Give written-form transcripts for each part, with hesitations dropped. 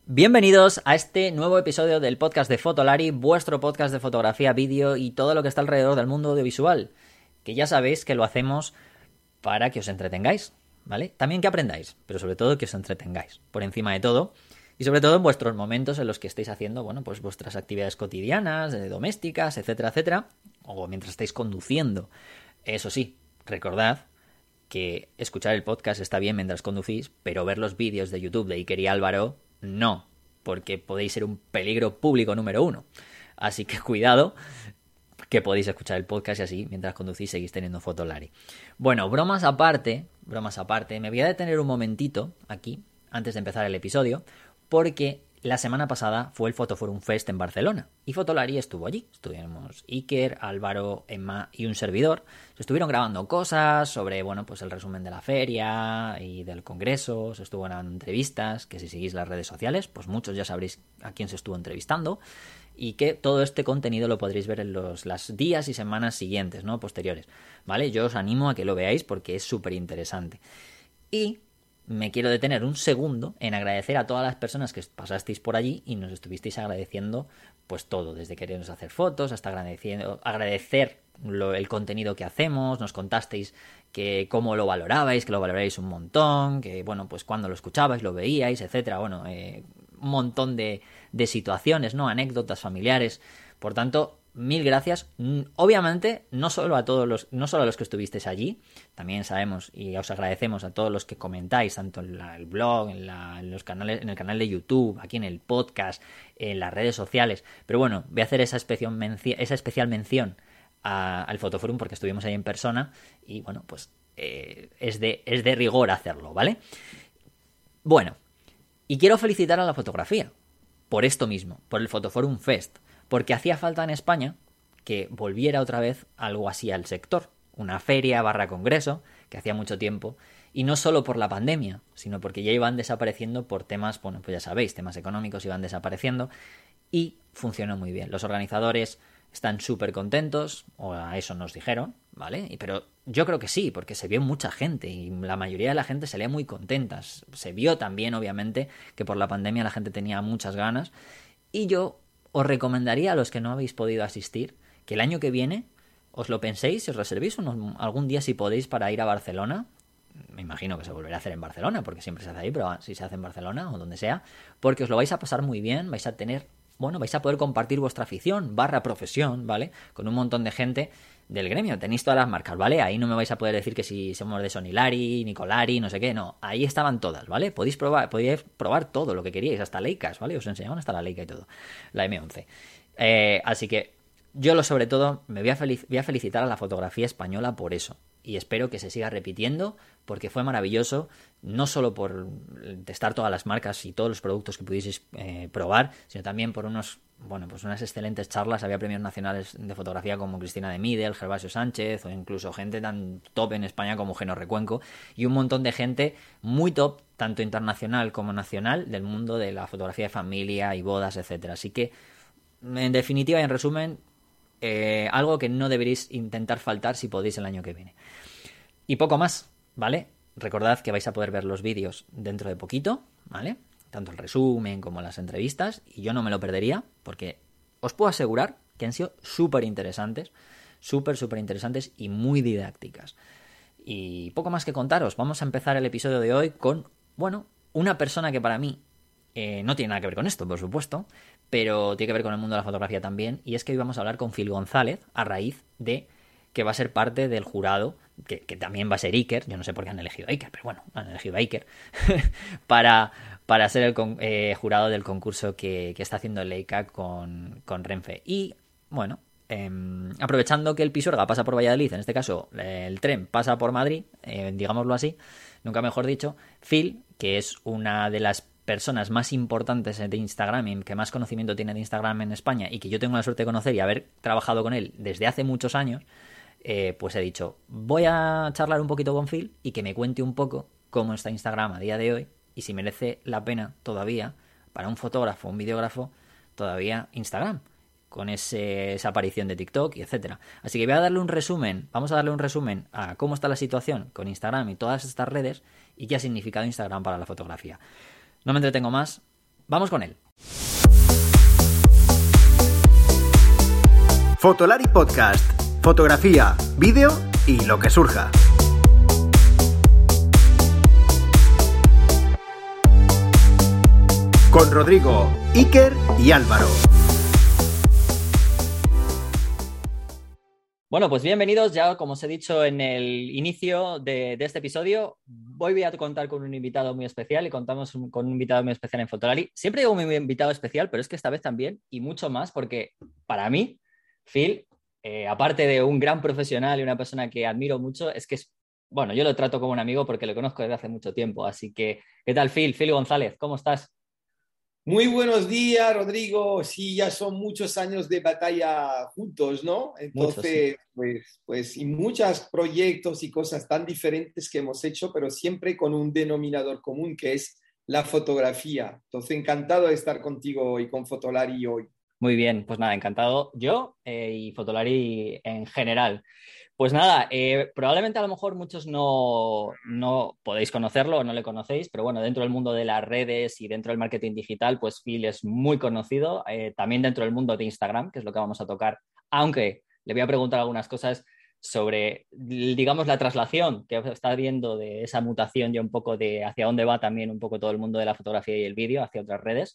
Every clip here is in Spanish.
Bienvenidos a este nuevo episodio del podcast de Fotolari, vuestro podcast de fotografía, vídeo y todo lo que está alrededor del mundo audiovisual, que ya sabéis que lo hacemos para que os entretengáis, ¿vale? También que aprendáis, pero sobre todo que os entretengáis, por encima de todo, y sobre todo en vuestros momentos en los que estéis haciendo, bueno, pues vuestras actividades cotidianas, domésticas, etcétera, etcétera, o mientras estáis conduciendo. Eso sí, recordad que escuchar el podcast está bien mientras conducís, pero ver los vídeos de YouTube de Iker y Álvaro no, porque podéis ser un peligro público número 1. Así que cuidado, que podéis escuchar el podcast y así, mientras conducís, seguís teniendo Fotolari. Bueno, bromas aparte, me voy a detener un momentito aquí, antes de empezar el episodio, porque la semana pasada fue el Fotoforum Fest en Barcelona y Fotolari estuvo allí. Estuvimos Iker, Álvaro, Emma y un servidor. Se estuvieron grabando cosas sobre, bueno, pues el resumen de la feria y del congreso. Se estuvo grabando entrevistas, que si seguís las redes sociales, pues muchos ya sabréis a quién se estuvo entrevistando. Y que todo este contenido lo podréis ver en los días y semanas siguientes, ¿no? Posteriores, ¿vale? Yo os animo a que lo veáis porque es súper interesante. Y me quiero detener un segundo en agradecer a todas las personas que pasasteis por allí y nos estuvisteis agradeciendo pues todo, desde querernos hacer fotos hasta agradecer el contenido que hacemos, nos contasteis que cómo lo valorabais, que lo valorabais un montón, que bueno, pues cuando lo escuchabais, lo veíais, etcétera, bueno, un montón de situaciones, ¿no? Anécdotas familiares. Por tanto, mil gracias. Obviamente, no solo a los que estuvisteis allí, también sabemos y os agradecemos a todos los que comentáis, tanto en el blog, en los canales, en el canal de YouTube, aquí en el podcast, en las redes sociales. Pero bueno, voy a hacer esa especial mención al Fotoforum porque estuvimos ahí en persona y bueno, pues es de rigor hacerlo, ¿vale? Bueno, y quiero felicitar a la fotografía por esto mismo, por el Fotoforum Fest, porque hacía falta en España que volviera otra vez algo así al sector, una feria / congreso, que hacía mucho tiempo, y no solo por la pandemia, sino porque ya iban desapareciendo por temas, bueno, pues ya sabéis, temas económicos iban desapareciendo, y funcionó muy bien. Los organizadores están súper contentos, o a eso nos dijeron, ¿vale? Pero yo creo que sí, porque se vio mucha gente y la mayoría de la gente salía muy contenta. Se vio también, obviamente, que por la pandemia la gente tenía muchas ganas, y yo os recomendaría a los que no habéis podido asistir que el año que viene os lo penséis y os reservéis algún día si podéis para ir a Barcelona. Me imagino que se volverá a hacer en Barcelona porque siempre se hace ahí, pero si se hace en Barcelona o donde sea, porque os lo vais a pasar muy bien, vais a poder compartir vuestra afición / profesión, ¿vale? Con un montón de gente del gremio. Tenéis todas las marcas, ¿vale? Ahí no me vais a poder decir que si somos de Sonilari, Nicolari, no sé qué, no. Ahí estaban todas, ¿vale? Podéis probar todo lo que queríais, hasta Leicas, ¿vale? Os enseñaban hasta la Leica y todo, la M11. Así que yo sobre todo me voy a felicitar a la fotografía española por eso. Y espero que se siga repitiendo porque fue maravilloso, no solo por testar todas las marcas y todos los productos que pudieseis probar, sino también por unas excelentes charlas. Había premios nacionales de fotografía como Cristina de Midel, Gervasio Sánchez o incluso gente tan top en España como Geno Recuenco y un montón de gente muy top, tanto internacional como nacional, del mundo de la fotografía de familia y bodas, etcétera. Así que, en definitiva y en resumen, algo que no deberéis intentar faltar si podéis el año que viene. Y poco más, ¿vale? Recordad que vais a poder ver los vídeos dentro de poquito, ¿vale? Tanto el resumen como las entrevistas, y yo no me lo perdería, porque os puedo asegurar que han sido súper interesantes y muy didácticas. Y poco más que contaros. Vamos a empezar el episodio de hoy con, bueno, una persona que para mí no tiene nada que ver con esto, por supuesto, pero tiene que ver con el mundo de la fotografía también, y es que hoy vamos a hablar con Phil González a raíz de que va a ser parte del jurado, que también va a ser Iker. Yo no sé por qué han elegido a Iker, pero bueno, han elegido a Iker para ser el jurado del concurso que está haciendo Leica con Renfe. Y bueno, aprovechando que el Pisuerga pasa por Valladolid, en este caso el tren pasa por Madrid, digámoslo así, nunca mejor dicho, Phil, que es una de las personas más importantes de Instagram y que más conocimiento tiene de Instagram en España y que yo tengo la suerte de conocer y haber trabajado con él desde hace muchos años, pues he dicho, voy a charlar un poquito con Phil y que me cuente un poco cómo está Instagram a día de hoy y si merece la pena todavía para un fotógrafo, un videógrafo, todavía Instagram, con esa aparición de TikTok y etcétera. Así que vamos a darle un resumen a cómo está la situación con Instagram y todas estas redes y qué ha significado Instagram para la fotografía. No me entretengo más, Vamos con él. Fotolari Podcast. Fotografía, vídeo y lo que surja. Con Rodrigo, Iker y Álvaro. Bueno, pues bienvenidos. Ya, como os he dicho en el inicio de este episodio, voy a contar con un invitado muy especial y contamos con un invitado muy especial en Fotolari. Siempre digo un invitado especial, pero es que esta vez también, y mucho más, porque para mí, Phil, aparte de un gran profesional y una persona que admiro mucho, es que bueno, yo lo trato como un amigo porque lo conozco desde hace mucho tiempo. Así que, ¿qué tal, Phil? Phil González, ¿cómo estás? Muy buenos días, Rodrigo. Sí, ya son muchos años de batalla juntos, ¿no? Entonces, pues, y muchos proyectos y cosas tan diferentes que hemos hecho, pero siempre con un denominador común que es la fotografía. Entonces, encantado de estar contigo y con Fotolari hoy. Muy bien, pues nada, encantado yo y Fotolari en general. Pues nada, probablemente a lo mejor muchos no podéis conocerlo o no le conocéis, pero bueno, dentro del mundo de las redes y dentro del marketing digital, pues Phil es muy conocido, también dentro del mundo de Instagram, que es lo que vamos a tocar, aunque le voy a preguntar algunas cosas sobre, digamos, la traslación que está viendo de esa mutación y un poco de hacia dónde va también un poco todo el mundo de la fotografía y el vídeo, hacia otras redes.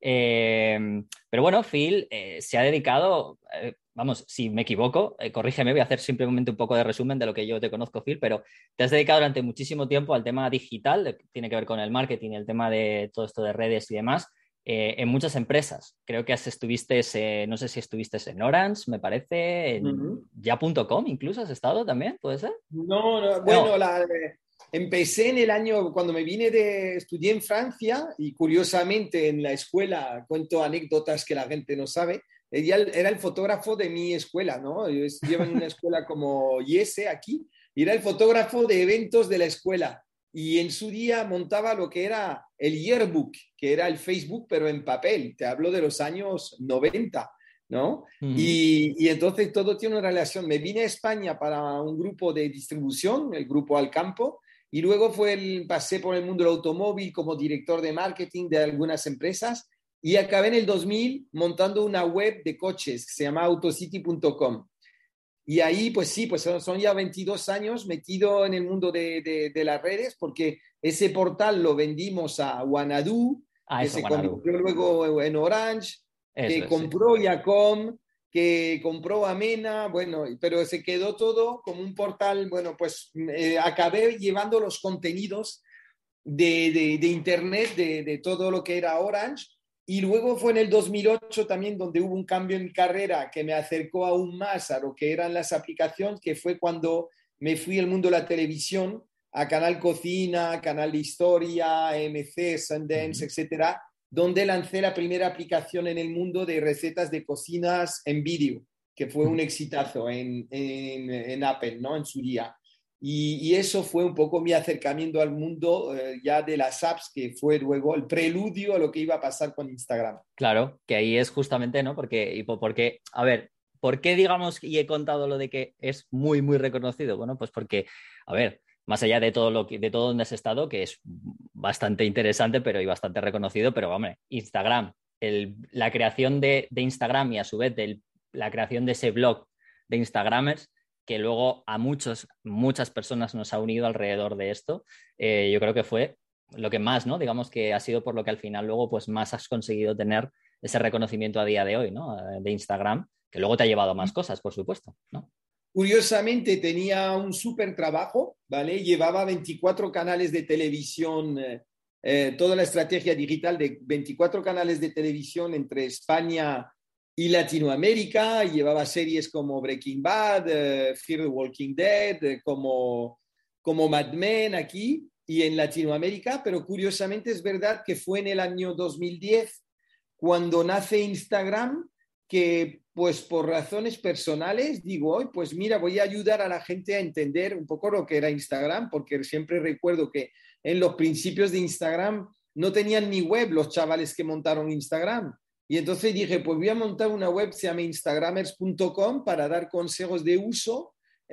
Pero bueno, Phil se ha dedicado, vamos, si me equivoco, corrígeme, voy a hacer simplemente un poco de resumen de lo que yo te conozco, Phil, pero te has dedicado durante muchísimo tiempo al tema digital, que tiene que ver con el marketing, el tema de todo esto de redes y demás, en muchas empresas. Creo que estuviste, no sé si estuviste en Orange, me parece, en ya.com incluso has estado también, ¿puede ser? No, bueno, empecé en el año, cuando estudié en Francia y curiosamente en la escuela, cuento anécdotas que la gente no sabe, era el fotógrafo de mi escuela, ¿no? Yo estudiaba en una escuela como IESE aquí y era el fotógrafo de eventos de la escuela y en su día montaba lo que era el yearbook, que era el Facebook pero en papel, te hablo de los años 90. ¿No? Y entonces todo tiene una relación. Me vine a España para un grupo de distribución, el grupo Alcampo, y luego pasé por el mundo del automóvil como director de marketing de algunas empresas y acabé en el 2000 montando una web de coches que se llama autocity.com. Y ahí, pues sí, pues son ya 22 años metido en el mundo de las redes porque ese portal lo vendimos a Wanadu, que se convirtió luego en Orange, que compró Yacom, que compró Amena, bueno, pero se quedó todo como un portal, bueno, pues acabé llevando los contenidos de Internet, de todo lo que era Orange, y luego fue en el 2008 también donde hubo un cambio en mi carrera que me acercó aún más a lo que eran las aplicaciones, que fue cuando me fui al mundo de la televisión, a Canal Cocina, Canal de Historia, MC, Sundance, etcétera, donde lancé la primera aplicación en el mundo de recetas de cocinas en vídeo, que fue un exitazo en Apple, ¿no? En su día. Y eso fue un poco mi acercamiento al mundo ya de las apps, que fue luego el preludio a lo que iba a pasar con Instagram. Claro, que ahí es justamente, ¿no? Porque, a ver, ¿por qué digamos y he contado lo de que es muy, muy reconocido? Bueno, pues porque, a ver, más allá de todo de todo donde has estado, que es bastante interesante, pero y bastante reconocido, pero hombre, Instagram, la creación de Instagram y a su vez la creación de ese blog de Instagramers, que luego a muchas personas nos ha unido alrededor de esto, yo creo que fue lo que más, ¿no? Digamos que ha sido por lo que al final luego pues más has conseguido tener ese reconocimiento a día de hoy, ¿no? De Instagram, que luego te ha llevado a más cosas, por supuesto, ¿no? Curiosamente tenía un súper trabajo, ¿vale? Llevaba 24 canales de televisión, toda la estrategia digital de 24 canales de televisión entre España y Latinoamérica. Llevaba series como Breaking Bad, Fear the Walking Dead, como Mad Men aquí y en Latinoamérica, pero curiosamente es verdad que fue en el año 2010 cuando nace Instagram, que pues por razones personales digo, pues mira, voy a ayudar a la gente a entender un poco lo que era Instagram, porque siempre recuerdo que en los principios de Instagram no tenían ni web los chavales que montaron Instagram. Y entonces dije, pues voy a montar una web, se llama instagramers.com, para dar consejos de uso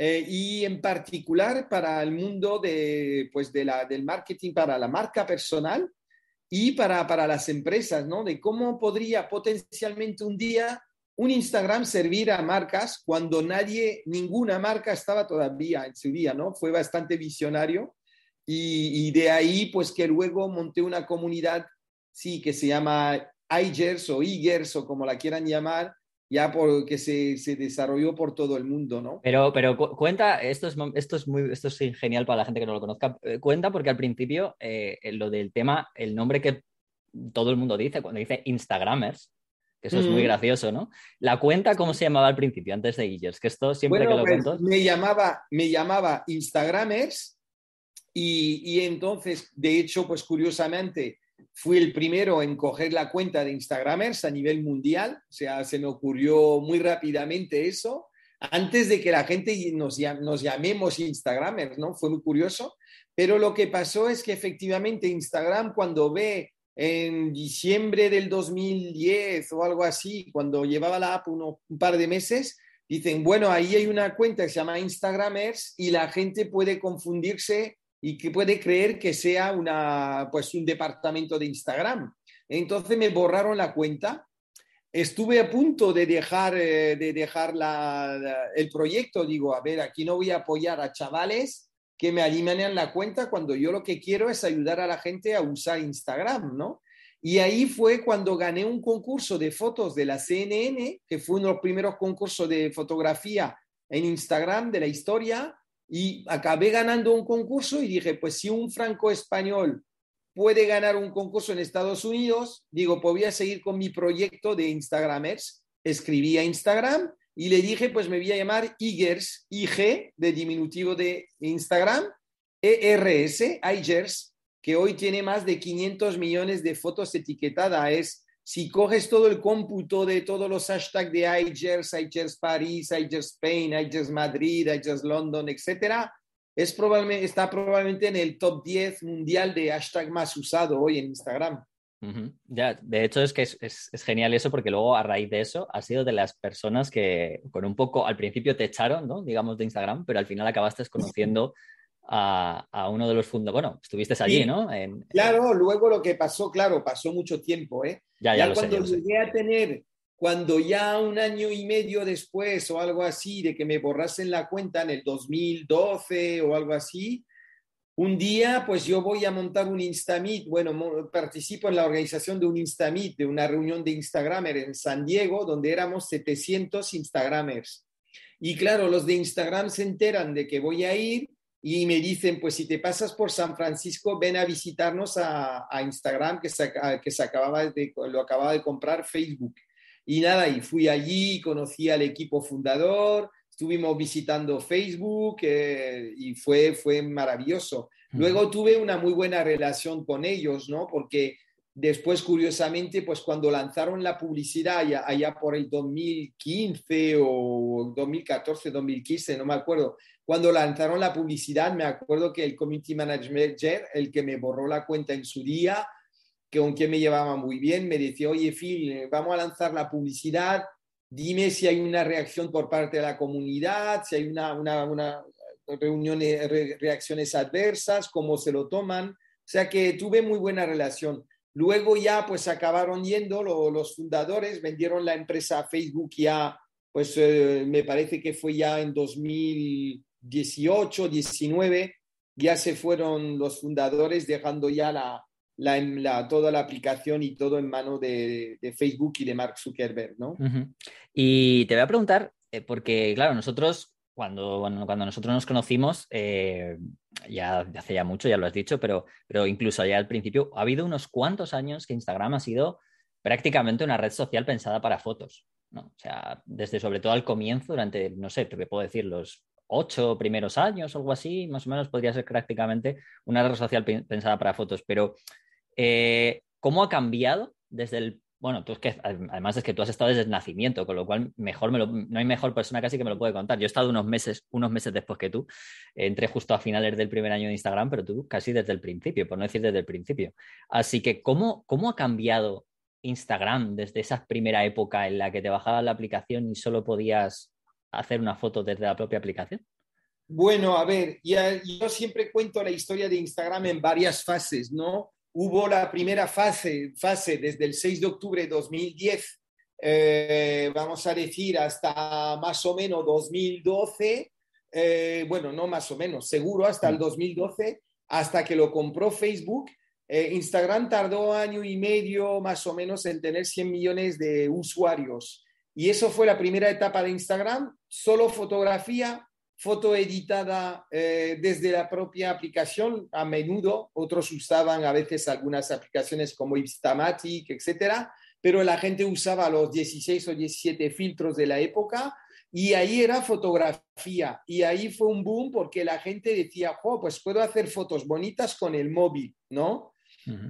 y en particular para el mundo del marketing, para la marca personal. y para las empresas, ¿no? De cómo podría potencialmente un día un Instagram servir a marcas cuando ninguna marca estaba todavía en su día, ¿no? Fue bastante visionario y de ahí pues que luego monté una comunidad, sí, que se llama iGers o eGers o como la quieran llamar, ya porque se desarrolló por todo el mundo, ¿no? Pero cuenta, esto es genial para la gente que no lo conozca. Cuenta porque al principio lo del tema, el nombre que todo el mundo dice, cuando dice Instagramers, que eso es muy Mm. gracioso, ¿no? La cuenta, ¿cómo se llamaba al principio, antes de Guillers? Que esto siempre que Bueno, lo pues cuento. me llamaba Instagramers y entonces, de hecho, pues curiosamente, fui el primero en coger la cuenta de Instagramers a nivel mundial, o sea, se me ocurrió muy rápidamente eso, antes de que la gente nos llamemos Instagramers, ¿no? Fue muy curioso, pero lo que pasó es que efectivamente Instagram cuando ve en diciembre del 2010 o algo así, cuando llevaba la app un par de meses, dicen, bueno, ahí hay una cuenta que se llama Instagramers y la gente puede confundirse y que puede creer que sea pues un departamento de Instagram. Entonces me borraron la cuenta. Estuve a punto de dejar el proyecto. Digo, a ver, aquí no voy a apoyar a chavales que me eliminan la cuenta cuando yo lo que quiero es ayudar a la gente a usar Instagram, ¿no? Y ahí fue cuando gané un concurso de fotos de la CNN, que fue uno de los primeros concursos de fotografía en Instagram de la historia, y acabé ganando un concurso y dije, pues si un franco español puede ganar un concurso en Estados Unidos, digo, pues voy a seguir con mi proyecto de Instagramers. Escribí a Instagram y le dije, pues me voy a llamar Igers, IG, de diminutivo de Instagram, ERS, Igers, que hoy tiene más de 500 millones de fotos etiquetadas. Si coges todo el cómputo de todos los hashtags de iGers París, iGers Spain, iGers Madrid, iGers London, etcétera, está probablemente en el top 10 mundial de hashtag más usado hoy en Instagram. Ya, de hecho es genial eso porque luego a raíz de eso has sido de las personas que con un poco al principio te echaron, ¿no? Digamos de Instagram, pero al final acabaste conociendo a uno de los fundadores. Bueno, estuviste allí, Sí, ¿no? claro, luego lo que pasó, claro, pasó mucho tiempo, ¿eh? Ya Ya lo sé, ya cuando lo sé. llegué a tener, cuando ya un año y medio después o algo así de que me borrasen la cuenta en el 2012 o algo así, un día pues yo voy a montar un Instameet, bueno, participo en la organización de un Instameet, de una reunión de Instagramer en San Diego, donde éramos 700 Instagramers. Y claro, los de Instagram se enteran de que voy a ir y me dicen, pues si te pasas por San Francisco, ven a visitarnos a Instagram, lo acababa de comprar Facebook. Y nada, y fui allí, conocí al equipo fundador, estuvimos visitando Facebook y fue maravilloso. Ujú. Luego tuve una muy buena relación con ellos, ¿no? Porque después, curiosamente, pues cuando lanzaron la publicidad allá por el 2015 o 2014, 2015, no me acuerdo, cuando lanzaron la publicidad, me acuerdo que el community manager, el que me borró la cuenta en su día, que con quien me llevaba muy bien, me decía, oye, Phil, vamos a lanzar la publicidad, dime si hay una reacción por parte de la comunidad, si hay una reacciones adversas, cómo se lo toman. O sea que tuve muy buena relación. Luego ya pues acabaron yendo los fundadores, vendieron la empresa a Facebook ya, pues me parece que fue ya en 2018, 19, ya se fueron los fundadores dejando ya toda la aplicación y todo en mano de Facebook y de Mark Zuckerberg, ¿no? Ujú. Y te voy a preguntar, porque claro, nosotros, cuando nosotros nos conocimos, ya hace ya mucho, ya lo has dicho, pero incluso allá al principio, ha habido unos cuantos años que Instagram ha sido prácticamente una red social pensada para fotos, ¿no? O sea, desde sobre todo al comienzo, durante, no sé, te puedo decir, los 8 primeros años o algo así, más o menos podría ser prácticamente una red social pensada para fotos, pero ¿cómo ha cambiado desde el... Bueno, tú es que además es que tú has estado desde el nacimiento, con lo cual no hay mejor persona casi que me lo puede contar. Yo he estado unos meses después que tú, entré justo a finales del primer año de Instagram, pero tú casi desde el principio, por no decir desde el principio. Así que, ¿cómo ha cambiado Instagram desde esa primera época en la que te bajabas la aplicación y solo podías hacer una foto desde la propia aplicación? Bueno, a ver, yo siempre cuento la historia de Instagram en varias fases, ¿no? hubo la primera fase desde el 6 de octubre de 2010, vamos a decir, hasta más o menos 2012, bueno, no más o menos, seguro hasta el 2012, hasta que lo compró Facebook. Instagram tardó año y medio más o menos en tener 100 millones de usuarios. Y eso fue la primera etapa de Instagram, solo fotografía, foto editada desde la propia aplicación, a menudo. Otros usaban a veces algunas aplicaciones como Instamatic, etcétera, pero la gente usaba los 16 o 17 filtros de la época y ahí era fotografía. Y ahí fue un boom porque la gente decía, oh, pues puedo hacer fotos bonitas con el móvil, ¿no? Uh-huh.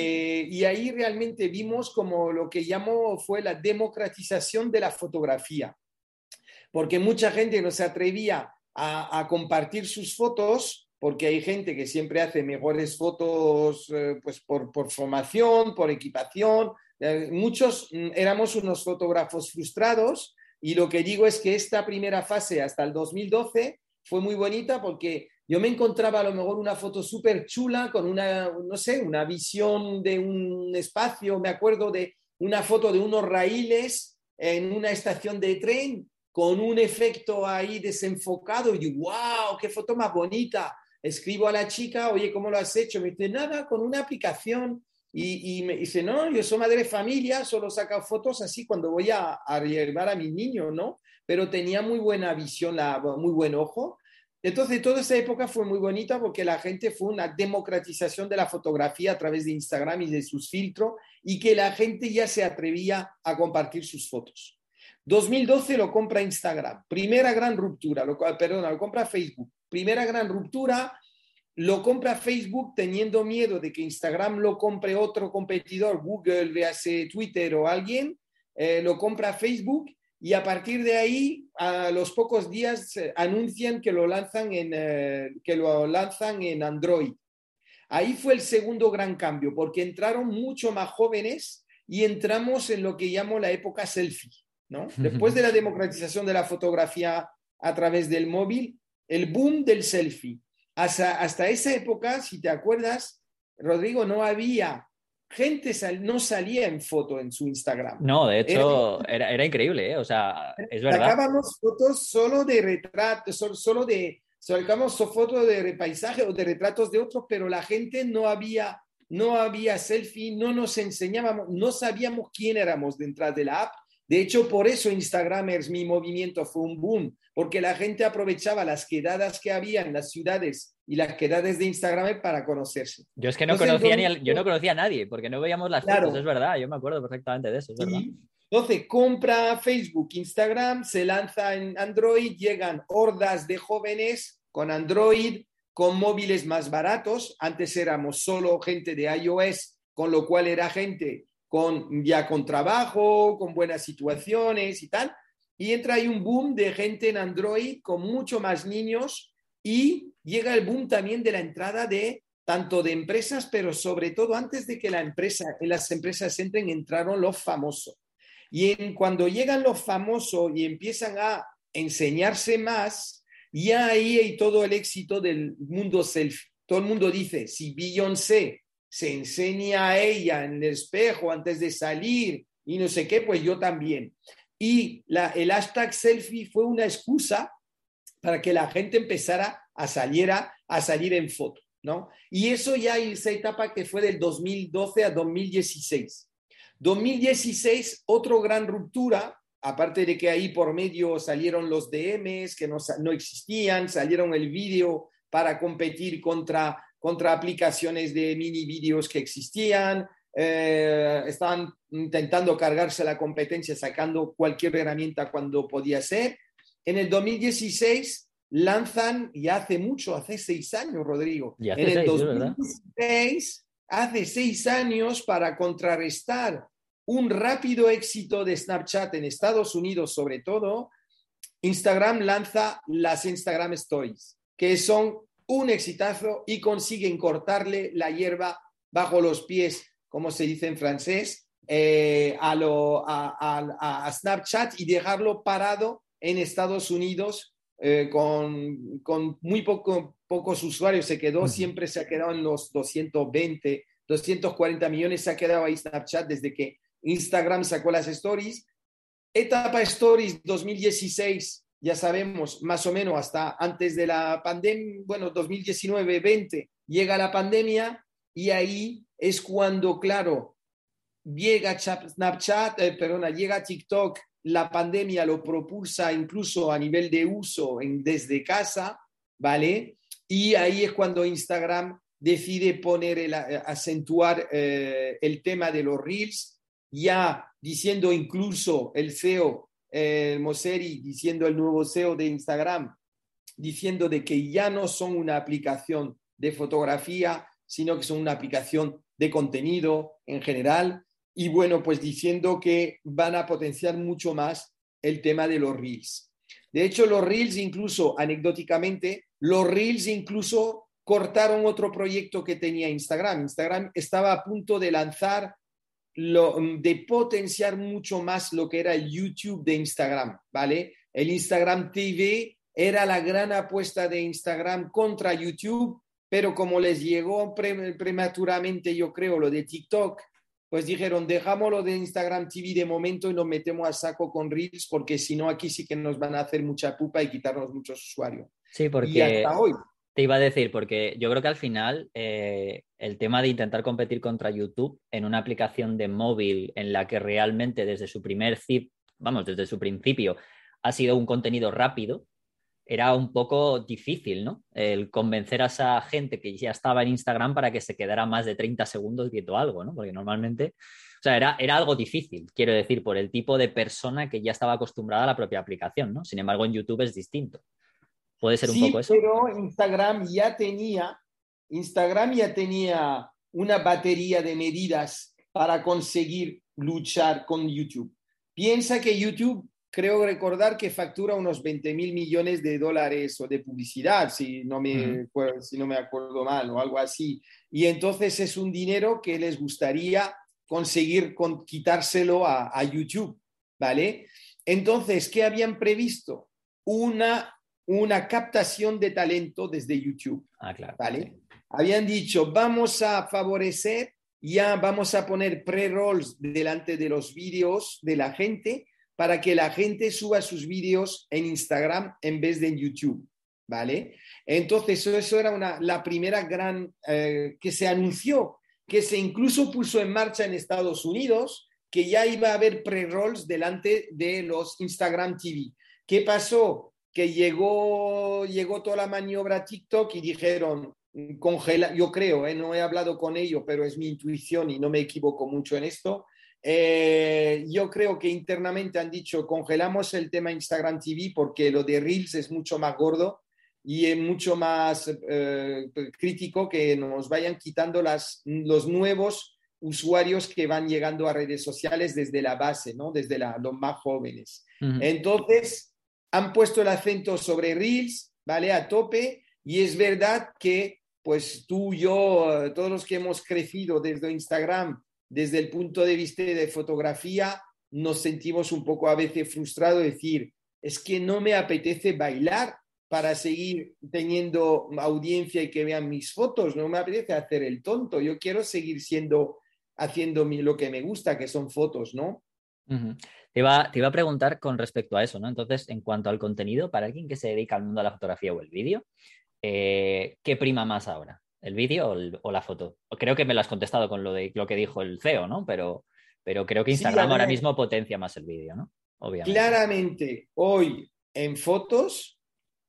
Y ahí realmente vimos como lo que llamó fue la democratización de la fotografía, porque mucha gente no se atrevía a compartir sus fotos, porque hay gente que siempre hace mejores fotos pues por formación, por equipación. Muchos éramos unos fotógrafos frustrados y lo que digo es que esta primera fase hasta el 2012 fue muy bonita porque yo me encontraba a lo mejor una foto súper chula con una, no sé, una visión de un espacio. Me acuerdo de una foto de unos raíles en una estación de tren con un efecto ahí desenfocado y digo, wow, qué foto más bonita. Escribo a la chica, oye, ¿cómo lo has hecho? Me dice, nada, con una aplicación. Y me dice, no, yo soy madre de familia, solo saco fotos así cuando voy a llevar a mi niño, ¿no? Pero tenía muy buena visión, muy buen ojo. Entonces, toda esa época fue muy bonita porque la gente fue una democratización de la fotografía a través de Instagram y de sus filtros y que la gente ya se atrevía a compartir sus fotos. 2012 lo compra Instagram, primera gran ruptura, lo compra Facebook, primera gran ruptura, lo compra Facebook teniendo miedo de que Instagram lo compre otro competidor, Google, véase Twitter o alguien, lo compra Facebook. Y a partir de ahí, a los pocos días, anuncian que lo lanzan en Android. Ahí fue el segundo gran cambio, porque entraron mucho más jóvenes y entramos en lo que llamo la época selfie, ¿no? Después de la democratización de la fotografía a través del móvil, el boom del selfie. Hasta esa época, si te acuerdas, Rodrigo, no había... gente no salía en foto en su Instagram. No, de hecho, era increíble, ¿eh? O sea, es verdad. Sacábamos fotos solo de retratos, sacábamos fotos de paisaje o de retratos de otros, pero la gente no había selfie, no nos enseñábamos, no sabíamos quién éramos detrás de la app. De hecho, por eso Instagramers, mi movimiento fue un boom, porque la gente aprovechaba las quedadas que había en las ciudades y las quedadas de Instagram para conocerse. Yo es que no conocía yo no conocía a nadie, porque no veíamos las fotos, es verdad, yo me acuerdo perfectamente de eso, es verdad. Entonces, compra Facebook, Instagram, se lanza en Android, llegan hordas de jóvenes con Android, con móviles más baratos. Antes éramos solo gente de iOS, con lo cual era gente ya con trabajo, con buenas situaciones y tal. Y entra ahí un boom de gente en Android con mucho más niños y llega el boom también de la entrada de tanto de empresas, pero sobre todo antes de que las empresas entren, entraron los famosos. Y cuando llegan los famosos y empiezan a enseñarse más, ya ahí hay todo el éxito del mundo selfie. Todo el mundo dice, si Beyoncé se enseña a ella en el espejo antes de salir y no sé qué, pues yo también. Y el hashtag selfie fue una excusa para que la gente empezara a salir en foto, ¿no? Y eso ya hay esa etapa que fue del 2012 a 2016. 2016, otra gran ruptura, aparte de que ahí por medio salieron los DMs que no existían, salieron el vídeo para competir contra aplicaciones de mini vídeos que existían, estaban intentando cargarse la competencia sacando cualquier herramienta cuando podía ser. En el 2016 lanzan, y hace 6 años, Rodrigo, Y hace en el 6, 2016, hace 6 años, para contrarrestar un rápido éxito de Snapchat en Estados Unidos sobre todo, Instagram lanza las Instagram Stories, que son un exitazo y consiguen cortarle la hierba bajo los pies, como se dice en francés, a Snapchat y dejarlo parado en Estados Unidos con muy pocos usuarios. Siempre se ha quedado en los 220 240 millones, se ha quedado ahí Snapchat desde que Instagram sacó las stories. Etapa stories 2016, ya sabemos, más o menos hasta antes de la pandemia, bueno, 2019-20, llega la pandemia y ahí es cuando, claro, llega Snapchat, llega TikTok, la pandemia lo propulsa incluso a nivel de uso desde casa, ¿vale? Y ahí es cuando Instagram decide acentuar el tema de los Reels, ya diciendo incluso el CEO, Mosseri, diciendo el nuevo CEO de Instagram, diciendo de que ya no son una aplicación de fotografía, sino que son una aplicación de contenido en general. Y bueno, pues diciendo que van a potenciar mucho más el tema de los Reels. De hecho, los Reels incluso, anecdóticamente, los Reels incluso cortaron otro proyecto que tenía Instagram. Instagram estaba a punto de lanzar, de potenciar mucho más lo que era el YouTube de Instagram, ¿vale? El Instagram TV era la gran apuesta de Instagram contra YouTube, pero como les llegó prematuramente, yo creo, lo de TikTok, pues dijeron, dejámoslo de Instagram TV de momento y nos metemos a saco con Reels, porque si no, aquí sí que nos van a hacer mucha pupa y quitarnos muchos usuarios. Sí, Y hasta porque hoy. te iba a decir, porque yo creo que al final el tema de intentar competir contra YouTube en una aplicación de móvil en la que realmente desde su desde su principio ha sido un contenido rápido, era un poco difícil, ¿no? El convencer a esa gente que ya estaba en Instagram para que se quedara más de 30 segundos viendo algo, ¿no? Porque normalmente, o sea, era algo difícil, quiero decir, por el tipo de persona que ya estaba acostumbrada a la propia aplicación, ¿no? Sin embargo, en YouTube es distinto. ¿Puede ser un poco Sí, eso? pero Instagram ya tenía una batería de medidas para conseguir luchar con YouTube. Piensa que YouTube, creo recordar que factura unos 20.000 millones de dólares o de publicidad, si no me acuerdo mal o algo así. Y entonces es un dinero que les gustaría conseguir quitárselo a YouTube, ¿vale? Entonces, ¿qué habían previsto? Una captación de talento desde YouTube. Ah, claro. ¿Vale? Sí. Habían dicho, vamos a favorecer, ya vamos a poner pre-rolls delante de los vídeos de la gente para que la gente suba sus vídeos en Instagram en vez de en YouTube. ¿Vale? Entonces, eso era la primera gran que se anunció, que se incluso puso en marcha en Estados Unidos, que ya iba a haber pre-rolls delante de los Instagram TV. ¿Qué pasó? Que llegó toda la maniobra TikTok y dijeron, congela, yo creo, no he hablado con ellos, pero es mi intuición y no me equivoco mucho en esto. Yo creo que internamente han dicho, congelamos el tema Instagram TV porque lo de Reels es mucho más gordo y es mucho más crítico que nos vayan quitando los nuevos usuarios que van llegando a redes sociales desde la base, ¿no? Desde los más jóvenes. Uh-huh. Entonces, han puesto el acento sobre Reels, ¿vale? A tope, y es verdad que, pues tú, yo, todos los que hemos crecido desde Instagram, desde el punto de vista de fotografía, nos sentimos un poco a veces frustrados de decir, es que no me apetece bailar para seguir teniendo audiencia y que vean mis fotos, no me apetece hacer el tonto, yo quiero seguir haciendo lo que me gusta, que son fotos, ¿no? Uh-huh. Te iba a preguntar con respecto a eso, ¿no? Entonces, en cuanto al contenido, para alguien que se dedica al mundo de la fotografía o el vídeo, ¿qué prima más ahora? ¿El vídeo o la foto? Creo que me lo has contestado con lo que dijo el CEO, ¿no? Pero creo que Sí, Instagram ahora mismo potencia más el vídeo, ¿no? Obviamente. Claramente, hoy en fotos,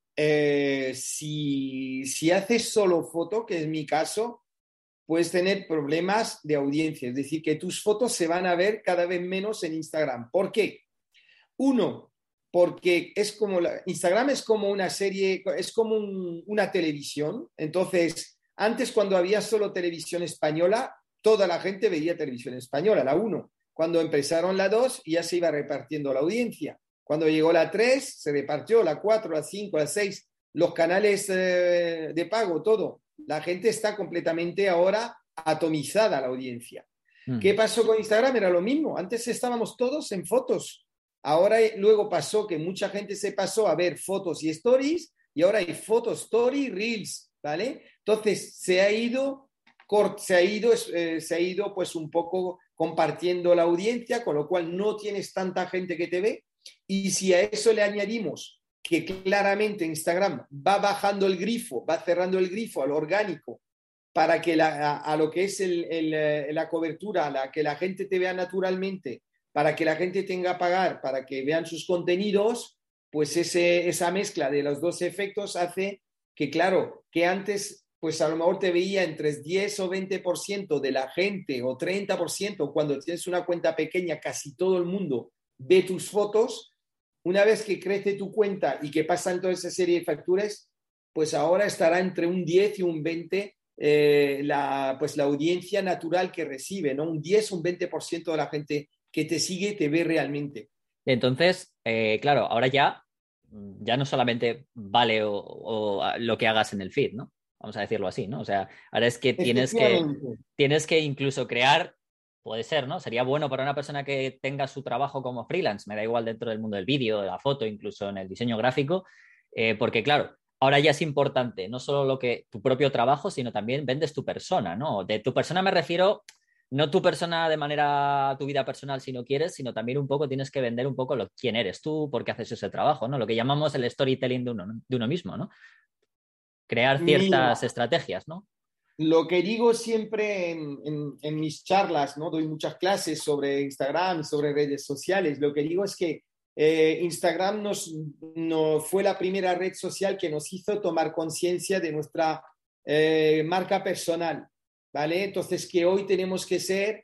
si haces solo foto, que es mi caso, puedes tener problemas de audiencia. Es decir, que tus fotos se van a ver cada vez menos en Instagram. ¿Por qué? Uno, porque Instagram es como una serie, es como una televisión. Entonces, antes cuando había solo televisión española, toda la gente veía televisión española, la 1. Cuando empezaron la 2, ya se iba repartiendo la audiencia. Cuando llegó la 3, se repartió la 4, la 5, la 6, los canales de pago, todo. La gente está completamente ahora atomizada, la audiencia. ¿Qué pasó con Instagram? Era lo mismo. Antes estábamos todos en fotos. Ahora luego pasó que mucha gente se pasó a ver fotos y stories y ahora hay fotos, story, reels, ¿vale? Entonces se ha ido se ha ido pues un poco compartiendo la audiencia, con lo cual no tienes tanta gente que te ve. Y si a eso le añadimos que claramente Instagram va bajando el grifo, va cerrando el grifo al orgánico para que a lo que es la cobertura, que la gente te vea naturalmente, para que la gente tenga que pagar, para que vean sus contenidos, pues esa mezcla de los dos efectos hace que, claro, que antes pues a lo mejor te veía entre 10 o 20% de la gente o 30%, cuando tienes una cuenta pequeña, casi todo el mundo ve tus fotos. Una vez que crece tu cuenta y que pasan toda esa serie de facturas, pues ahora estará entre un 10 y un 20 pues la audiencia natural que recibe, ¿no? Un 10 o un 20% de la gente que te sigue te ve realmente. Entonces, claro, ahora ya no solamente vale o lo que hagas en el feed, ¿no? Vamos a decirlo así, ¿no? O sea, ahora es que Efectivamente. tienes que incluso crear, puede ser, ¿no? Sería bueno para una persona que tenga su trabajo como freelance, me da igual dentro del mundo del vídeo, de la foto, incluso en el diseño gráfico, porque claro, ahora ya es importante no solo lo que tu propio trabajo, sino también vendes tu persona, ¿no? De tu persona me refiero no tu persona de manera, tu vida personal si no quieres, sino también un poco tienes que vender un poco quién eres tú, por qué haces ese trabajo, ¿no? Lo que llamamos el storytelling de uno mismo, ¿no? Crear ciertas Mira, estrategias, ¿no? lo que digo siempre en mis charlas, ¿no? Doy muchas clases sobre Instagram, sobre redes sociales. Lo que digo es que Instagram no fue la primera red social que nos hizo tomar conciencia de nuestra marca personal, ¿vale? Entonces, que hoy tenemos que ser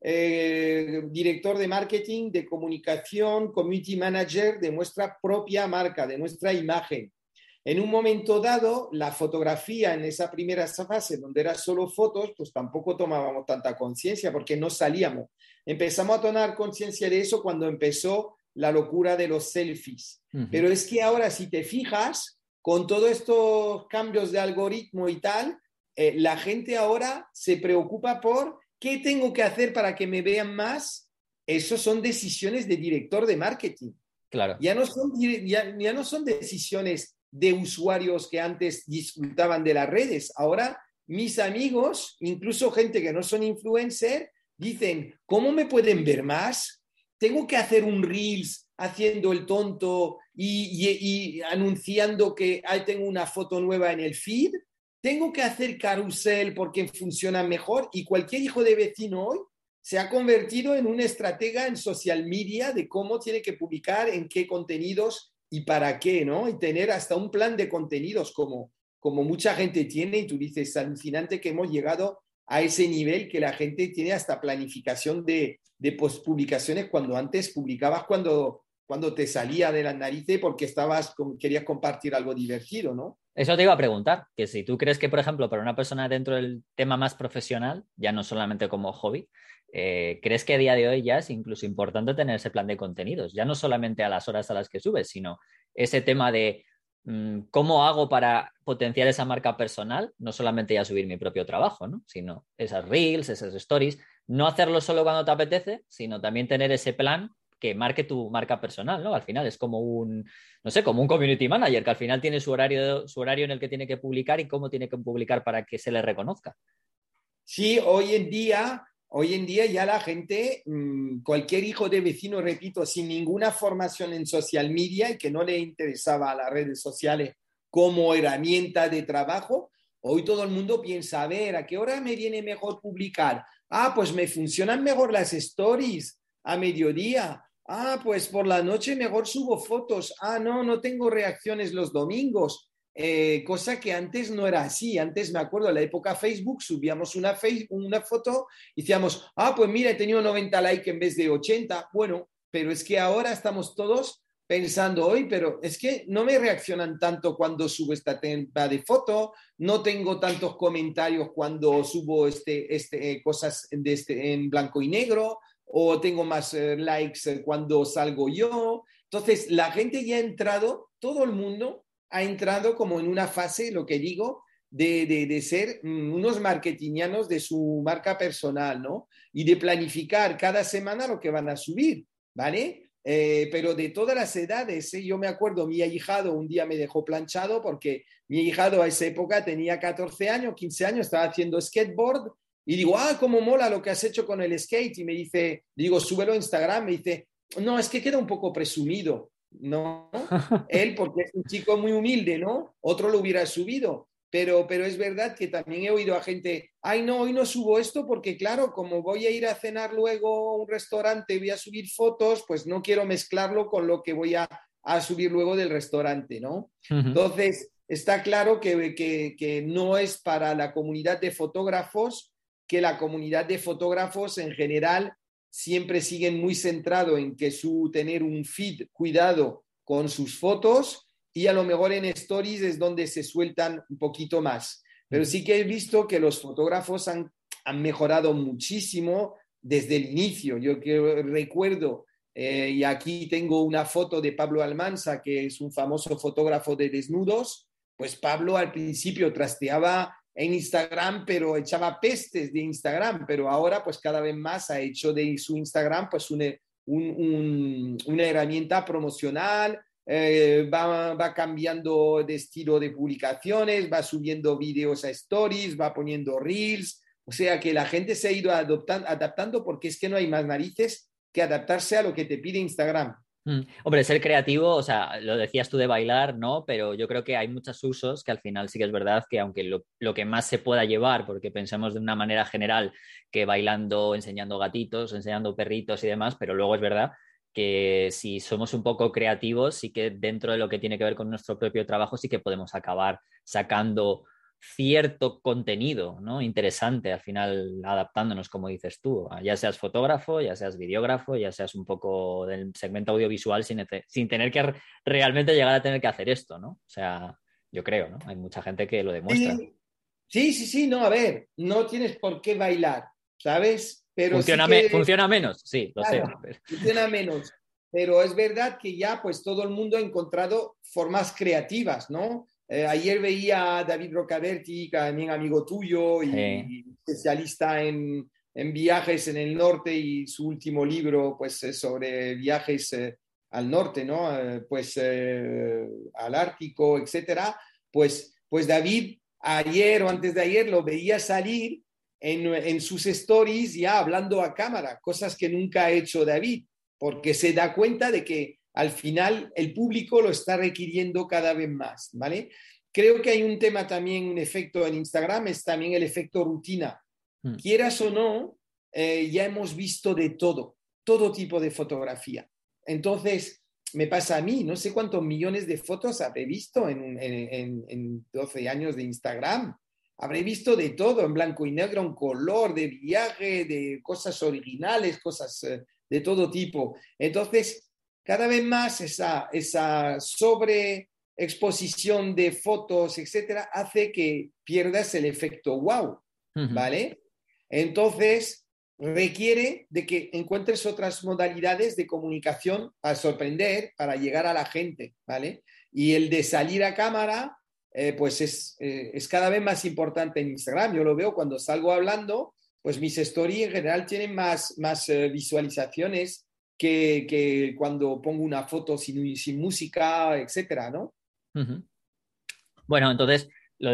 director de marketing, de comunicación, community manager de nuestra propia marca, de nuestra imagen. En un momento dado, la fotografía en esa primera fase, donde era solo fotos, pues tampoco tomábamos tanta conciencia porque no salíamos. Empezamos a tomar conciencia de eso cuando empezó la locura de los selfies. Uh-huh. Pero es que ahora, si te fijas, con todos estos cambios de algoritmo y tal, la gente ahora se preocupa por qué tengo que hacer para que me vean más. Eso son decisiones de director de marketing. Claro. Ya no son decisiones de usuarios que antes disfrutaban de las redes. Ahora mis amigos, incluso gente que no son influencer, dicen, ¿cómo me pueden ver más? ¿Tengo que hacer un Reels haciendo el tonto y anunciando que ahí tengo una foto nueva en el feed? ¿Tengo que hacer carrusel porque funciona mejor? Y cualquier hijo de vecino hoy se ha convertido en un estratega en social media de cómo tiene que publicar, en qué contenidos y para qué, ¿no? Y tener hasta un plan de contenidos como mucha gente tiene, y tú dices, es alucinante que hemos llegado a ese nivel que la gente tiene hasta planificación de postpublicaciones cuando antes publicabas cuando te salía de las narices porque querías compartir algo divertido, ¿no? Eso te iba a preguntar, que si tú crees que, por ejemplo, para una persona dentro del tema más profesional, ya no solamente como hobby, ¿crees que a día de hoy ya es incluso importante tener ese plan de contenidos? Ya no solamente a las horas a las que subes, sino ese tema de cómo hago para potenciar esa marca personal, no solamente ya subir mi propio trabajo, ¿no? Sino esas reels, esas stories, no hacerlo solo cuando te apetece, sino también tener ese plan que marque tu marca personal, ¿no? Al final es como no sé, como un community manager que al final tiene su horario en el que tiene que publicar y cómo tiene que publicar para que se le reconozca. Sí, hoy en día ya la gente, cualquier hijo de vecino, repito, sin ninguna formación en social media y que no le interesaba a las redes sociales como herramienta de trabajo, hoy todo el mundo piensa, a ver, ¿a qué hora me viene mejor publicar? Ah, pues me funcionan mejor las stories a mediodía. Ah, pues por la noche mejor subo fotos. Ah, no tengo reacciones los domingos. Cosa que antes no era así. Antes me acuerdo, en la época Facebook, subíamos una foto y decíamos, ah, pues mira, he tenido 90 likes en vez de 80. Bueno, pero es que ahora estamos todos pensando hoy, pero es que no me reaccionan tanto cuando subo esta tema de foto, no tengo tantos comentarios cuando subo cosas en blanco y negro, o tengo más likes cuando salgo yo. Entonces, la gente ya ha entrado, todo el mundo ha entrado como en una fase, lo que digo, de ser unos marketingianos de su marca personal, ¿no? Y de planificar cada semana lo que van a subir, ¿vale? pero de todas las edades. Yo me acuerdo, mi ahijado un día me dejó planchado porque mi ahijado a esa época tenía 14 años, 15 años, estaba haciendo skateboard y digo, cómo mola lo que has hecho con el skate. Y me dice, digo, súbelo a Instagram. Me dice, no, es que queda un poco presumido. No, él porque es un chico muy humilde, ¿no? Otro lo hubiera subido. Pero es verdad que también he oído a gente, ay no, hoy no subo esto porque claro, como voy a ir a cenar luego a un restaurante y voy a subir fotos, pues no quiero mezclarlo con lo que voy a subir luego del restaurante, ¿no? Uh-huh. Entonces, está claro que no es para la comunidad de fotógrafos, que la comunidad de fotógrafos en general siempre siguen muy centrado en que tener un feed cuidado con sus fotos, y a lo mejor en stories es donde se sueltan un poquito más. Pero sí que he visto que los fotógrafos han mejorado muchísimo desde el inicio. Yo recuerdo, y aquí tengo una foto de Pablo Almansa, que es un famoso fotógrafo de desnudos. Pues Pablo al principio trasteaba en Instagram, pero echaba pestes de Instagram, pero ahora pues cada vez más ha hecho de su Instagram pues una herramienta promocional. Va cambiando de estilo de publicaciones, va subiendo vídeos a stories, va poniendo reels, o sea que la gente se ha ido adaptando porque es que no hay más narices que adaptarse a lo que te pide Instagram. Hombre, ser creativo, o sea, lo decías tú de bailar, ¿no? Pero yo creo que hay muchos usos que al final sí que es verdad que aunque lo que más se pueda llevar, porque pensemos de una manera general que bailando, enseñando gatitos, enseñando perritos y demás, pero luego es verdad que si somos un poco creativos, sí que dentro de lo que tiene que ver con nuestro propio trabajo, sí que podemos acabar sacando cierto contenido, ¿no? Interesante, al final adaptándonos, como dices tú, ya seas fotógrafo, ya seas videógrafo, ya seas un poco del segmento audiovisual sin tener que realmente llegar a tener que hacer esto, ¿no? O sea, yo creo, ¿no? Hay mucha gente que lo demuestra. Sí, no, a ver, no tienes por qué bailar, ¿sabes? Pero sí que, Funciona menos, sí, lo sé. claro, funciona menos. Pero es verdad que ya pues todo el mundo ha encontrado formas creativas, ¿no? Ayer veía a David Rocaberti, también amigo tuyo Sí. y especialista en viajes en el norte, y su último libro pues es sobre viajes al norte, ¿no? Al Ártico, etcétera. Pues David ayer o antes de ayer lo veía salir en sus stories ya hablando a cámara, cosas que nunca ha hecho David, porque se da cuenta de que al final el público lo está requiriendo cada vez más, ¿vale? Creo que hay un tema también, un efecto en Instagram, es también el efecto rutina. Quieras o no, ya hemos visto de todo tipo de fotografía. Entonces, me pasa a mí, no sé cuántos millones de fotos habré visto en 12 años de Instagram. Habré visto de todo, en blanco y negro, en color, de viaje, de cosas originales, cosas de todo tipo. Entonces, cada vez más esa sobreexposición de fotos, etcétera, hace que pierdas el efecto wow, ¿vale? Entonces, requiere de que encuentres otras modalidades de comunicación para sorprender, para llegar a la gente, ¿vale? Y el de salir a cámara, pues es cada vez más importante en Instagram. Yo lo veo cuando salgo hablando, pues mis stories en general tienen más visualizaciones que cuando pongo una foto sin música, etcétera, ¿no? Bueno, entonces,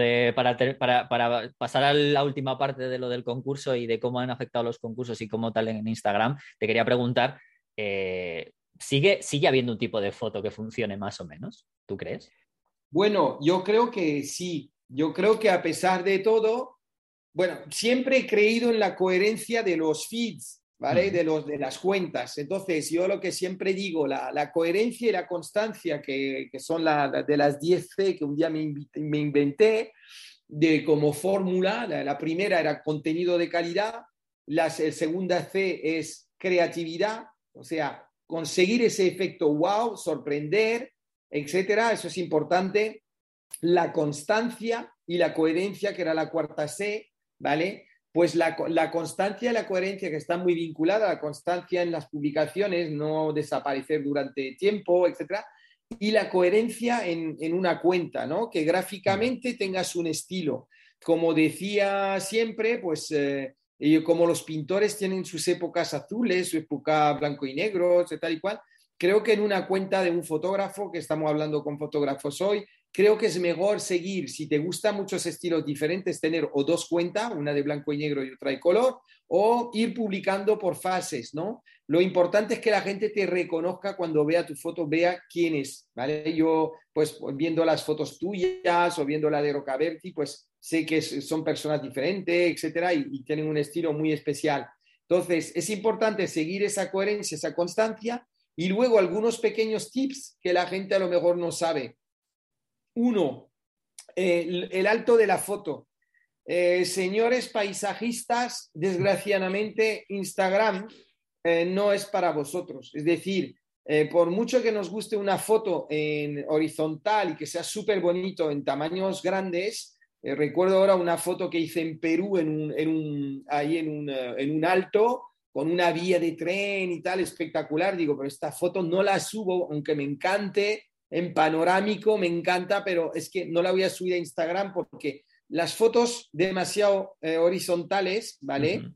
para pasar a la última parte de lo del concurso y de cómo han afectado los concursos y cómo tal en Instagram, te quería preguntar, ¿sigue habiendo un tipo de foto que funcione más o menos? ¿Tú crees? Bueno, yo creo que sí. Yo creo que a pesar de todo, bueno, siempre he creído en la coherencia de los feeds, ¿vale? De las cuentas. Entonces, yo lo que siempre digo, la coherencia y la constancia, que son de las 10 C que un día me inventé como fórmula. La primera era contenido de calidad, la segunda C es creatividad, o sea, conseguir ese efecto wow, sorprender, etcétera. Eso es importante. La constancia y la coherencia, que era la cuarta C, ¿vale? Pues la constancia y la coherencia, que están muy vinculadas, la constancia en las publicaciones, no desaparecer durante tiempo, etcétera, y la coherencia en una cuenta, ¿no? Que gráficamente tengas un estilo. Como decía siempre, pues como los pintores tienen sus épocas azules, su época blanco y negro, tal y cual, creo que en una cuenta de un fotógrafo, que estamos hablando con fotógrafos hoy, creo que es mejor seguir, si te gustan muchos estilos diferentes, tener o dos cuentas, una de blanco y negro y otra de color, o ir publicando por fases, ¿no? Lo importante es que la gente te reconozca cuando vea tu foto, vea quién es, ¿vale? Yo, pues, viendo las fotos tuyas o viendo la de Rocaberti, pues, sé que son personas diferentes, etcétera, y tienen un estilo muy especial. Entonces, es importante seguir esa coherencia, esa constancia, y luego algunos pequeños tips que la gente a lo mejor no sabe. Uno, el alto de la foto. Señores paisajistas, desgraciadamente Instagram no es para vosotros. Es decir, por mucho que nos guste una foto en horizontal y que sea súper bonito en tamaños grandes, recuerdo ahora una foto que hice en Perú en un alto con una vía de tren y tal, espectacular. Digo, pero esta foto no la subo, aunque me encante, en panorámico, me encanta, pero es que no la voy a subir a Instagram porque las fotos demasiado horizontales, ¿vale?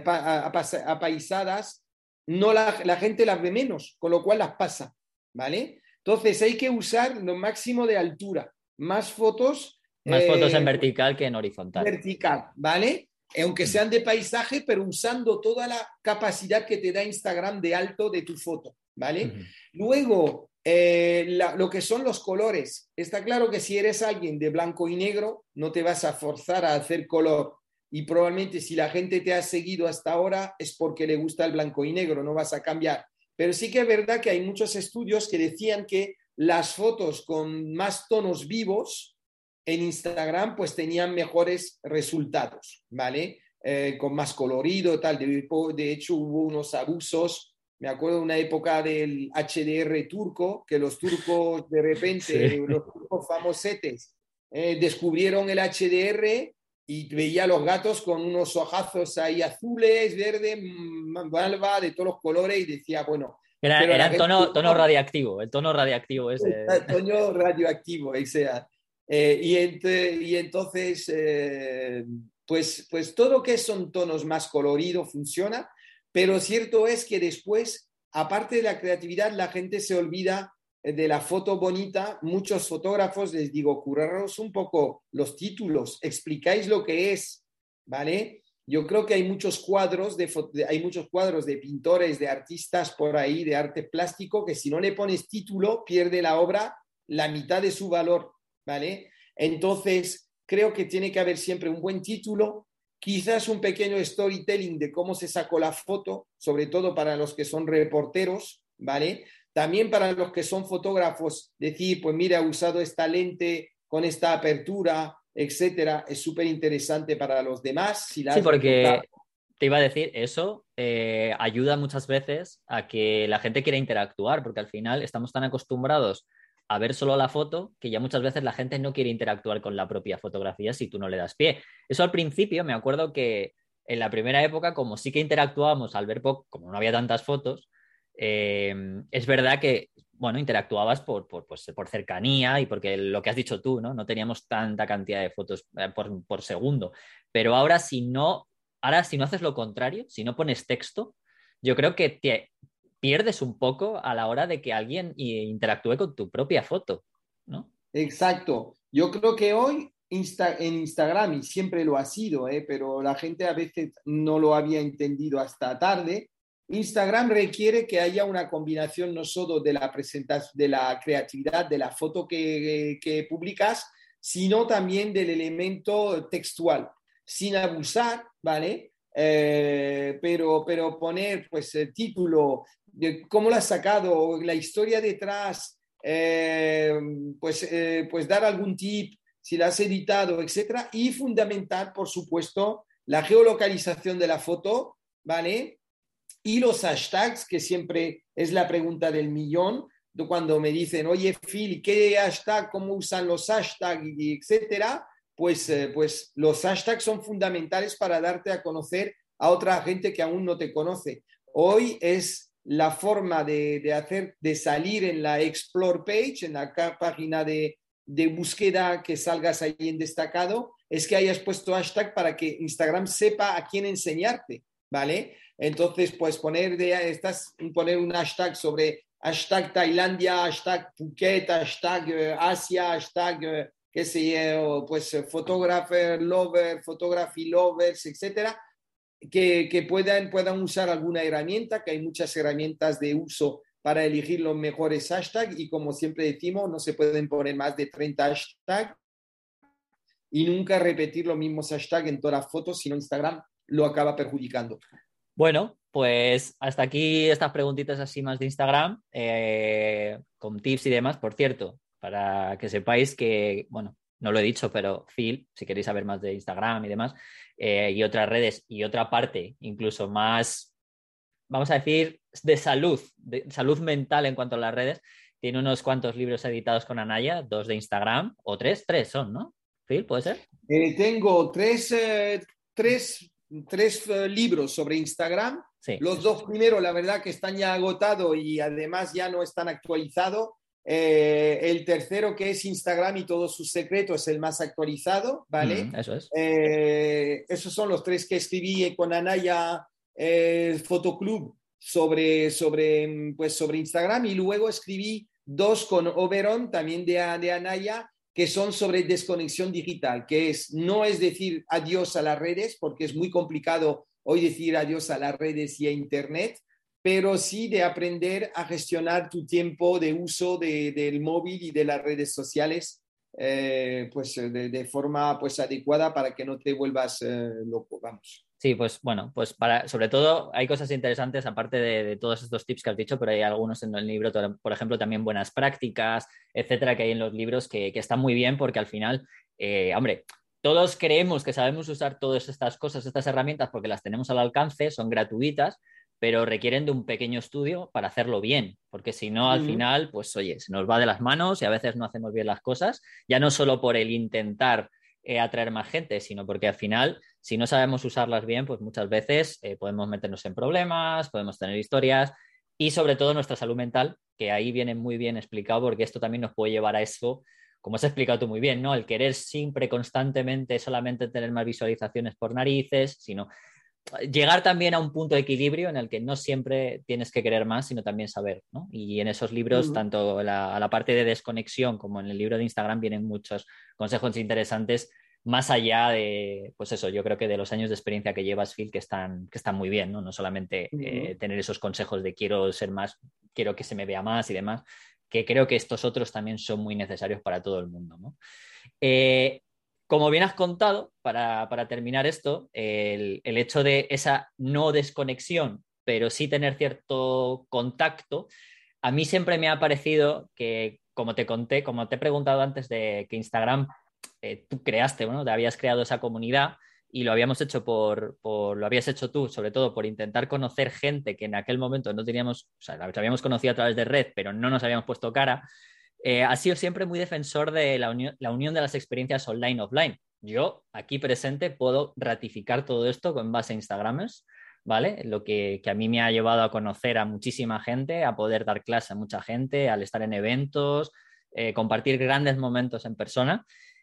Apaisadas, no la gente las ve menos, con lo cual las pasa, ¿vale? Entonces hay que usar lo máximo de altura, más fotos Más fotos en vertical que en horizontal. vertical, ¿vale? Aunque sean de paisaje, pero usando toda la capacidad que te da Instagram de alto de tu foto, ¿vale? Luego, lo que son los colores. Está claro que si eres alguien de blanco y negro, no te vas a forzar a hacer color. Y probablemente si la gente te ha seguido hasta ahora es porque le gusta el blanco y negro, no vas a cambiar. Pero sí que es verdad que hay muchos estudios que decían que las fotos con más tonos vivos en Instagram pues tenían mejores resultados, ¿vale? Con más colorido, tal. De hecho, hubo unos abusos. Me acuerdo de una época del HDR turco, que los turcos de repente, Sí. los turcos famosetes, descubrieron el HDR y veía a los gatos con unos ojazos ahí azules, verde, malva, de todos los colores y decía, bueno, pero Era la el gente... tono radiactivo, el tono radiactivo ese. Toño radioactivo, o sea. Y entonces, pues todo lo que son tonos más coloridos funciona, pero cierto es que después, aparte de la creatividad, la gente se olvida de la foto bonita. Muchos fotógrafos les digo, curraros un poco los títulos, explicáis lo que es, ¿vale? Yo creo que hay muchos cuadros de pintores, de artistas por ahí, de arte plástico, que si no le pones título, pierde la obra la mitad de su valor, ¿vale? Entonces, creo que tiene que haber siempre un buen título, quizás un pequeño storytelling de cómo se sacó la foto, sobre todo para los que son reporteros, ¿vale? También para los que son fotógrafos, decir, pues mira, he usado esta lente con esta apertura, etcétera, es súper interesante para los demás. Si la Sí, has reportado. porque te iba a decir, eso ayuda muchas veces a que la gente quiera interactuar, porque al final estamos tan acostumbrados a ver solo la foto que ya muchas veces la gente no quiere interactuar con la propia fotografía si tú no le das pie. Eso al principio, me acuerdo que en la primera época, como sí que interactuábamos al ver poco, como no había tantas fotos, es verdad que, bueno, interactuabas pues, por cercanía y porque lo que has dicho tú, ¿no? No teníamos tanta cantidad de fotos por segundo. Pero ahora si no haces lo contrario, si no pones texto, yo creo que te pierdes un poco a la hora de que alguien interactúe con tu propia foto, ¿no? Exacto. Yo creo que hoy en Instagram, y siempre lo ha sido, pero la gente a veces no lo había entendido hasta tarde, Instagram requiere que haya una combinación no solo de la presentación, de la creatividad de la foto que publicas, sino también del elemento textual, sin abusar, ¿vale? Pero poner pues el título, de cómo lo has sacado, la historia detrás, pues dar algún tip, si la has editado, etcétera, y fundamental, por supuesto, la geolocalización de la foto, ¿vale? Y los hashtags, que siempre es la pregunta del millón, cuando me dicen, oye, Phil, ¿qué hashtag, cómo usan los hashtags, etcétera? Pues los hashtags son fundamentales para darte a conocer a otra gente que aún no te conoce. Hoy es la forma de salir en la Explore page, en la página de búsqueda, que salgas ahí en destacado, es que hayas puesto hashtag para que Instagram sepa a quién enseñarte, ¿vale? Entonces, pues poner un hashtag sobre hashtag Tailandia, hashtag Phuket, hashtag Asia, hashtag, qué sé yo, pues photographer lover, photography lovers, etcétera, que puedan usar alguna herramienta, que hay muchas herramientas de uso para elegir los mejores hashtags y como siempre decimos, no se pueden poner más de 30 hashtags y nunca repetir los mismos hashtags en todas las fotos, sino Instagram lo acaba perjudicando. Bueno, pues hasta aquí estas preguntitas así más de Instagram, con tips y demás. Por cierto, para que sepáis que, bueno, no lo he dicho, pero Phil, si queréis saber más de Instagram y demás, y otras redes y otra parte, incluso más, vamos a decir, de salud mental en cuanto a las redes, tiene unos cuantos libros editados con Anaya, 2 de Instagram, o 3 son, ¿no? Phil, ¿puede ser? Tengo tres libros sobre Instagram. Sí. Los 2 primeros, la verdad, que están ya agotados y además ya no están actualizados. El tercero, que es Instagram y todos sus secretos, es el más actualizado, ¿vale? Eso es. Esos son los 3 que escribí con Anaya Fotoclub sobre Instagram, y luego escribí 2 con Oberon, también de Anaya, que son sobre desconexión digital, que no es decir adiós a las redes, porque es muy complicado hoy decir adiós a las redes y a Internet, pero sí de aprender a gestionar tu tiempo de uso del móvil y de las redes sociales de forma adecuada para que no te vuelvas loco, vamos. Sí, pues bueno, pues sobre todo hay cosas interesantes aparte de todos estos tips que has dicho, pero hay algunos en el libro, por ejemplo, también buenas prácticas, etcétera, que hay en los libros que están muy bien porque al final, hombre, todos creemos que sabemos usar todas estas cosas, estas herramientas porque las tenemos al alcance, son gratuitas, pero requieren de un pequeño estudio para hacerlo bien, porque si no, al final, pues oye, se nos va de las manos y a veces no hacemos bien las cosas, ya no solo por el intentar atraer más gente, sino porque al final, si no sabemos usarlas bien, pues muchas veces podemos meternos en problemas, podemos tener historias y sobre todo nuestra salud mental, que ahí viene muy bien explicado porque esto también nos puede llevar a eso, como has explicado tú muy bien, ¿no? El querer siempre, constantemente, solamente tener más visualizaciones por narices, sino llegar también a un punto de equilibrio en el que no siempre tienes que querer más, sino también saber, ¿no? Y en esos libros, tanto a la parte de desconexión como en el libro de Instagram, vienen muchos consejos interesantes más allá de, pues eso, yo creo que de los años de experiencia que llevas, Phil, que están muy bien, ¿no? No solamente tener esos consejos de quiero ser más, quiero que se me vea más y demás, que creo que estos otros también son muy necesarios para todo el mundo, ¿no? Como bien has contado, para terminar esto, el hecho de esa no desconexión, pero sí tener cierto contacto, a mí siempre me ha parecido que, como te conté, como te he preguntado antes de que Instagram tú creaste, ¿no? Te habías creado esa comunidad y lo habíamos hecho lo habías hecho tú, sobre todo por intentar conocer gente que en aquel momento no teníamos, o sea, la habíamos conocido a través de red, pero no nos habíamos puesto cara. Ha sido siempre muy defensor de la unión de las experiencias online-offline. Yo, aquí presente, puedo ratificar todo esto con base a Instagramers, ¿vale? Lo que a mí me ha llevado a conocer a muchísima gente, a poder dar clase a mucha gente, al estar en eventos, compartir grandes momentos en persona.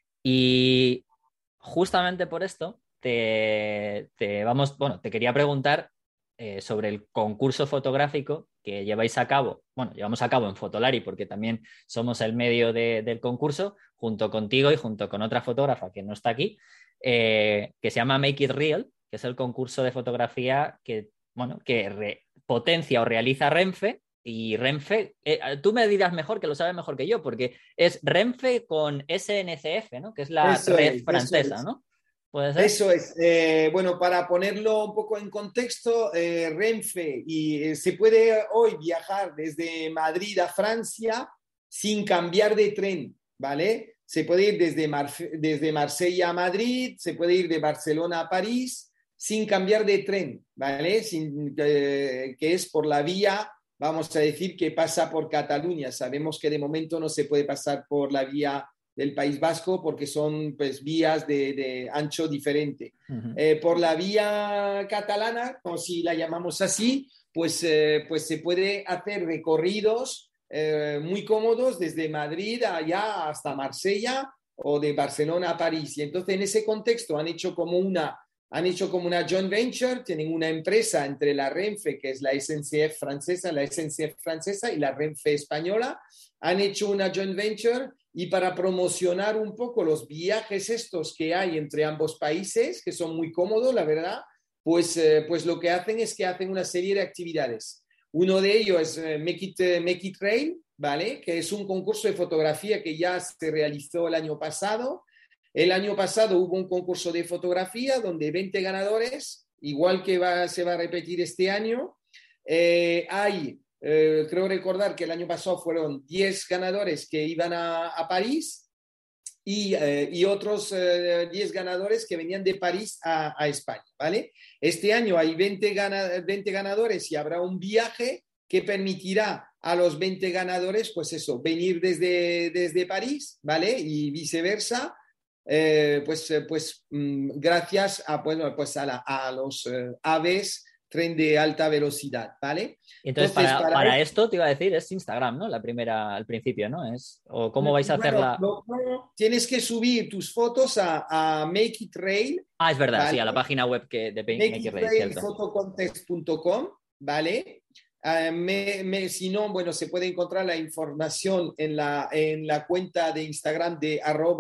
Y justamente por esto te quería preguntar sobre el concurso fotográfico que lleváis a cabo, bueno, llevamos a cabo en Fotolari porque también somos el medio del concurso, junto contigo y junto con otra fotógrafa que no está aquí, que se llama Make It Real, que es el concurso de fotografía que potencia o realiza Renfe. Y Renfe, tú me dirás mejor, que lo sabes mejor que yo, porque es Renfe con SNCF, ¿no? Que es la red francesa, ¿no? ¿Puede ser? Eso es. Bueno, para ponerlo un poco en contexto, Renfe, y se puede hoy viajar desde Madrid a Francia sin cambiar de tren, ¿vale? Se puede ir desde Marsella a Madrid, se puede ir de Barcelona a París sin cambiar de tren, ¿vale? Que es por la vía, vamos a decir, que pasa por Cataluña. Sabemos que de momento no se puede pasar por la vía del País Vasco porque son pues vías de ancho diferente. Por la vía catalana, como si la llamamos así, pues se puede hacer recorridos muy cómodos desde Madrid allá hasta Marsella o de Barcelona a París. Y entonces en ese contexto han hecho como una han hecho como una joint venture, tienen una empresa entre la Renfe, que es la SNCF francesa y la Renfe española, han hecho una joint venture y para promocionar un poco los viajes estos que hay entre ambos países, que son muy cómodos, la verdad, pues lo que hacen es que hacen una serie de actividades. Uno de ellos es Make It Rain, ¿vale? Que es un concurso de fotografía que ya se realizó el año pasado. El año pasado hubo un concurso de fotografía donde 20 ganadores, igual que se va a repetir este año. Creo recordar que el año pasado fueron 10 ganadores que iban a París y otros 10 ganadores que venían de París a España, ¿vale? Este año hay 20 ganadores y habrá un viaje que permitirá a los 20 ganadores, pues eso, venir desde París, ¿vale? Y viceversa, gracias a los AVEs, tren de alta velocidad, ¿vale? Entonces, para esto te iba a decir, es Instagram, ¿no? La primera, al principio, ¿no? ¿O cómo vais a hacerla? No, tienes que subir tus fotos a Make It Rail. Ah, es verdad, ¿vale? Sí, a la página web de Make It Rail, fotocontest.com, ¿vale? Si no, bueno, se puede encontrar la información en la cuenta de Instagram de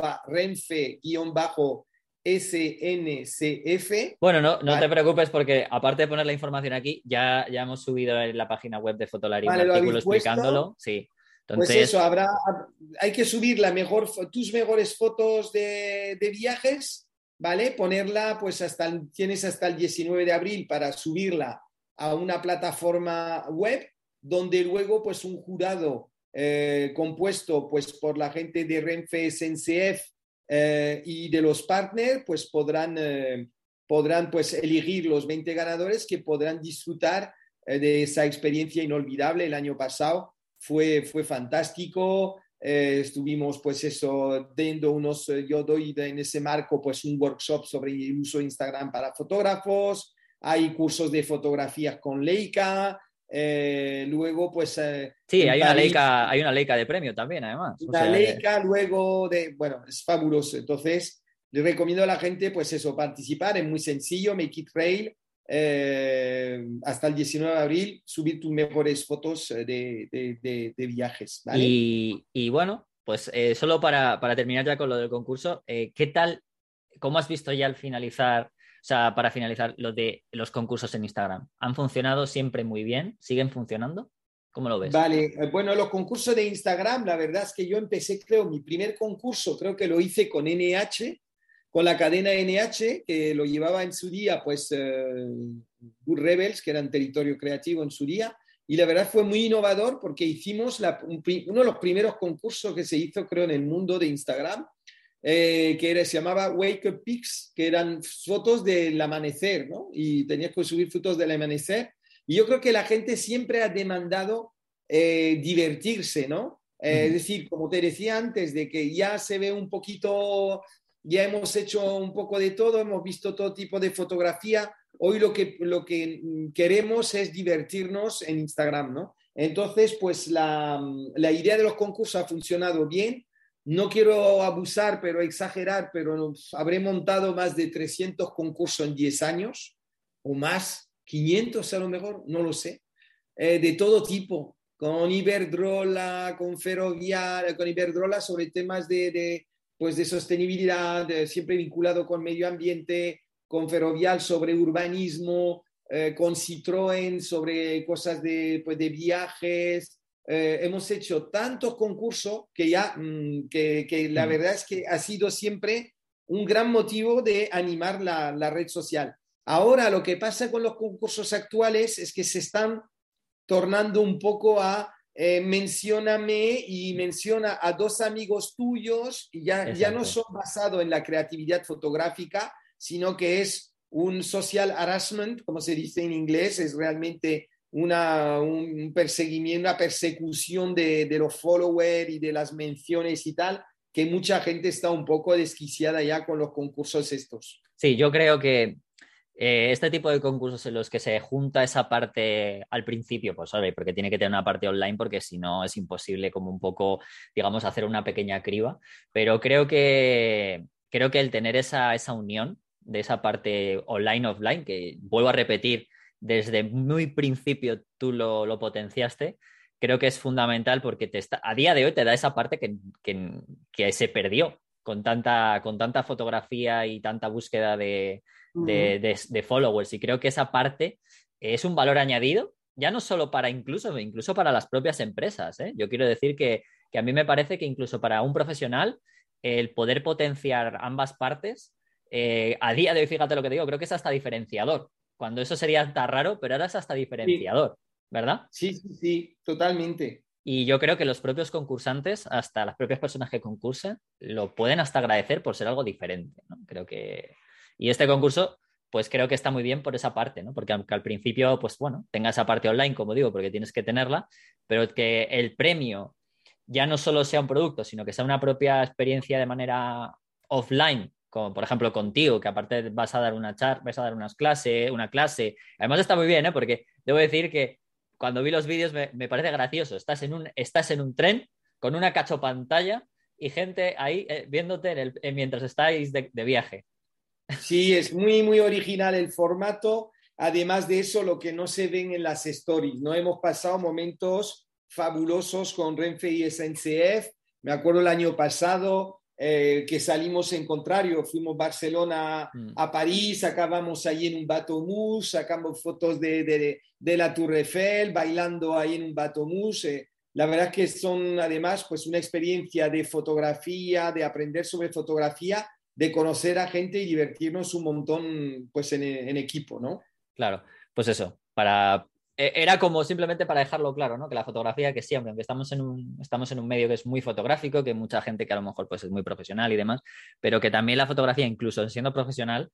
@renfe_SNCF. Bueno, no te preocupes porque aparte de poner la información aquí, ya hemos subido en la página web de Fotolari un artículo explicándolo. Sí. Entonces... Pues eso, hay que subir tus mejores fotos de viajes, ¿vale? Ponerla, pues tienes hasta el 19 de abril para subirla a una plataforma web donde luego pues un jurado compuesto pues por la gente de Renfe SNCF y de los partners pues podrán pues elegir los 20 ganadores que podrán disfrutar de esa experiencia inolvidable. El año pasado fue fantástico. Estuvimos pues eso yo doy en ese marco pues un workshop sobre el uso de Instagram para fotógrafos. Hay cursos de fotografías con Leica, luego pues... sí, hay una Leica de premio también, además. Leica, luego bueno, es fabuloso. Entonces, le recomiendo a la gente pues eso, participar, es muy sencillo, Make It Rail, hasta el 19 de abril, subir tus mejores fotos de viajes, ¿vale? Y bueno, pues solo para terminar ya con lo del concurso, ¿qué tal, cómo has visto ya al finalizar... O sea, para finalizar, los concursos en Instagram, ¿han funcionado siempre muy bien? ¿Siguen funcionando? ¿Cómo lo ves? Vale, bueno, los concursos de Instagram, la verdad es que yo empecé, mi primer concurso, creo que lo hice con NH, con la cadena NH, que lo llevaba en su día, pues, Good Rebels, que era en Territorio Creativo en su día, y la verdad fue muy innovador porque hicimos uno de los primeros concursos que se hizo, creo, en el mundo de Instagram, se llamaba Wake Up Pics, que eran fotos del amanecer, ¿no? Y tenías que subir fotos del amanecer. Y yo creo que la gente siempre ha demandado divertirse, ¿no? Es decir, como te decía antes, de que ya se ve un poquito, ya hemos hecho un poco de todo, hemos visto todo tipo de fotografía. Hoy lo que queremos es divertirnos en Instagram, ¿no? Entonces, pues la idea de los concursos ha funcionado bien. No quiero abusar, pero exagerar, pero habré montado más de 300 concursos en 10 años o más, 500 a lo mejor, no lo sé, de todo tipo, con Iberdrola, con Ferrovial, con Iberdrola sobre temas de sostenibilidad, siempre vinculado con medio ambiente, con Ferrovial sobre urbanismo, con Citroën sobre cosas de viajes. Hemos hecho tantos concursos que que la verdad es que ha sido siempre un gran motivo de animar la red social. Ahora lo que pasa con los concursos actuales es que se están tornando un poco a mencióname y menciona a dos amigos tuyos y ya no son basados en la creatividad fotográfica, sino que es un social harassment, como se dice en inglés, es realmente un perseguimiento, una persecución de los followers y de las menciones y tal, que mucha gente está un poco desquiciada ya con los concursos estos. Sí, yo creo que este tipo de concursos en los que se junta esa parte al principio, pues ¿sabes? Porque tiene que tener una parte online porque si no es imposible como un poco, digamos, hacer una pequeña criba, pero creo que el tener esa unión de esa parte online-offline, que vuelvo a repetir, desde muy principio tú lo potenciaste, creo que es fundamental porque a día de hoy te da esa parte que se perdió con tanta fotografía y tanta búsqueda de followers. Y creo que esa parte es un valor añadido, ya no solo para incluso para las propias empresas, ¿eh? Yo quiero decir que a mí me parece que incluso para un profesional el poder potenciar ambas partes, a día de hoy, fíjate lo que te digo, creo que es hasta diferenciador. Cuando eso sería tan raro, pero ahora es hasta diferenciador, ¿verdad? Sí, totalmente. Y yo creo que los propios concursantes, hasta las propias personas que concursen, lo pueden hasta agradecer por ser algo diferente, ¿no? Creo que... Y este concurso, pues creo que está muy bien por esa parte, ¿no? Porque aunque al principio, pues bueno, tenga esa parte online, como digo, porque tienes que tenerla, pero que el premio ya no solo sea un producto, sino que sea una propia experiencia de manera offline, como por ejemplo contigo, que aparte vas a dar una una clase. Además está muy bien, ¿eh? Porque debo decir que cuando vi los vídeos me parece gracioso. Estás en un tren con una cachopantalla y gente ahí viéndote mientras estáis de viaje. Sí, es muy, muy original el formato. Además de eso, lo que no se ven en las stories, ¿no? Hemos pasado momentos fabulosos con Renfe y SNCF. Me acuerdo el año pasado que salimos en contrario, fuimos Barcelona a París, acabamos ahí en un bateau-mousse, sacamos fotos de la Tour Eiffel, bailando ahí en un bateau-mousse. La verdad es que son además pues una experiencia de fotografía, de aprender sobre fotografía, de conocer a gente y divertirnos un montón pues en equipo, ¿no? Claro, pues eso, era como simplemente para dejarlo claro, ¿no? Que la fotografía, que siempre, aunque estamos en un medio que es muy fotográfico, que mucha gente que a lo mejor pues, es muy profesional y demás, pero que también la fotografía, incluso siendo profesional,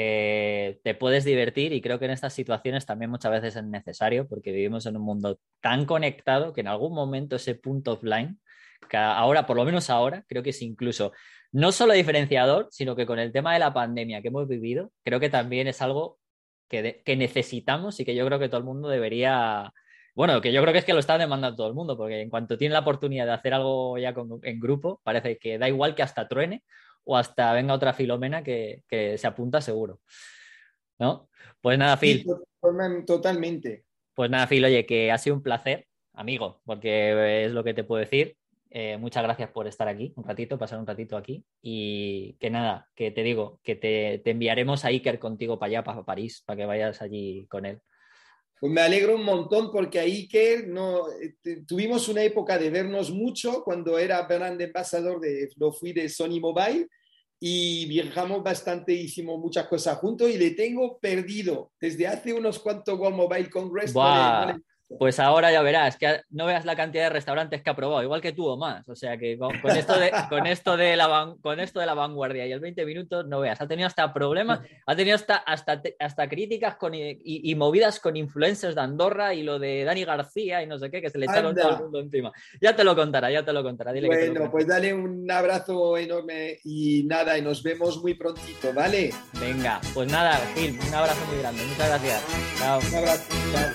te puedes divertir, y creo que en estas situaciones también muchas veces es necesario, porque vivimos en un mundo tan conectado que en algún momento ese punto offline, que ahora, por lo menos ahora, creo que es incluso no solo diferenciador, sino que con el tema de la pandemia que hemos vivido, creo que también es algo que necesitamos y que yo creo que todo el mundo debería... Bueno, que yo creo que es que lo está demandando todo el mundo, porque en cuanto tiene la oportunidad de hacer algo ya en grupo, parece que da igual que hasta truene o hasta venga otra Filomena que se apunta seguro, ¿no? Pues nada, Phil. Sí, totalmente. Pues nada, Phil, oye, que ha sido un placer, amigo, porque es lo que te puedo decir. Muchas gracias por estar aquí un ratito, pasar un ratito aquí, y que nada, que te digo, que te enviaremos a Iker contigo para allá, para París, para que vayas allí con él. Pues me alegro un montón porque a Iker tuvimos una época de vernos mucho cuando era brand ambassador lo fui de Sony Mobile, y viajamos bastante, hicimos muchas cosas juntos y le tengo perdido desde hace unos cuantos World Mobile Congress. Pues ahora ya verás, que no veas la cantidad de restaurantes que ha probado, igual que tú o más. O sea que con esto de la vanguardia y el 20 minutos, no veas. Ha tenido hasta problemas, ha tenido hasta críticas y movidas con influencers de Andorra y lo de Dani García y no sé qué, que se le echaron todo el mundo encima. Ya te lo contará. Dile bueno, pues dale un abrazo enorme y nada, y nos vemos muy prontito, ¿vale? Venga, pues nada, Gil, un abrazo muy grande. Muchas gracias. Chao. Un abrazo, chao.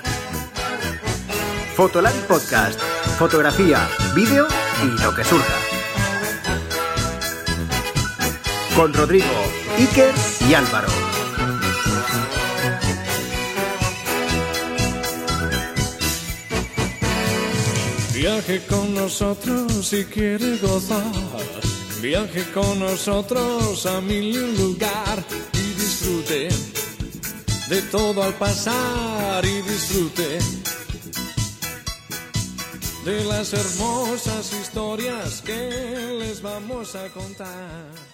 Fotolari Podcast. Fotografía, vídeo y lo que surja. Con Rodrigo, Iker y Álvaro. Viaje con nosotros si quiere gozar. Viaje con nosotros a mil lugar y disfrute de todo al pasar y disfrute de las hermosas historias que les vamos a contar.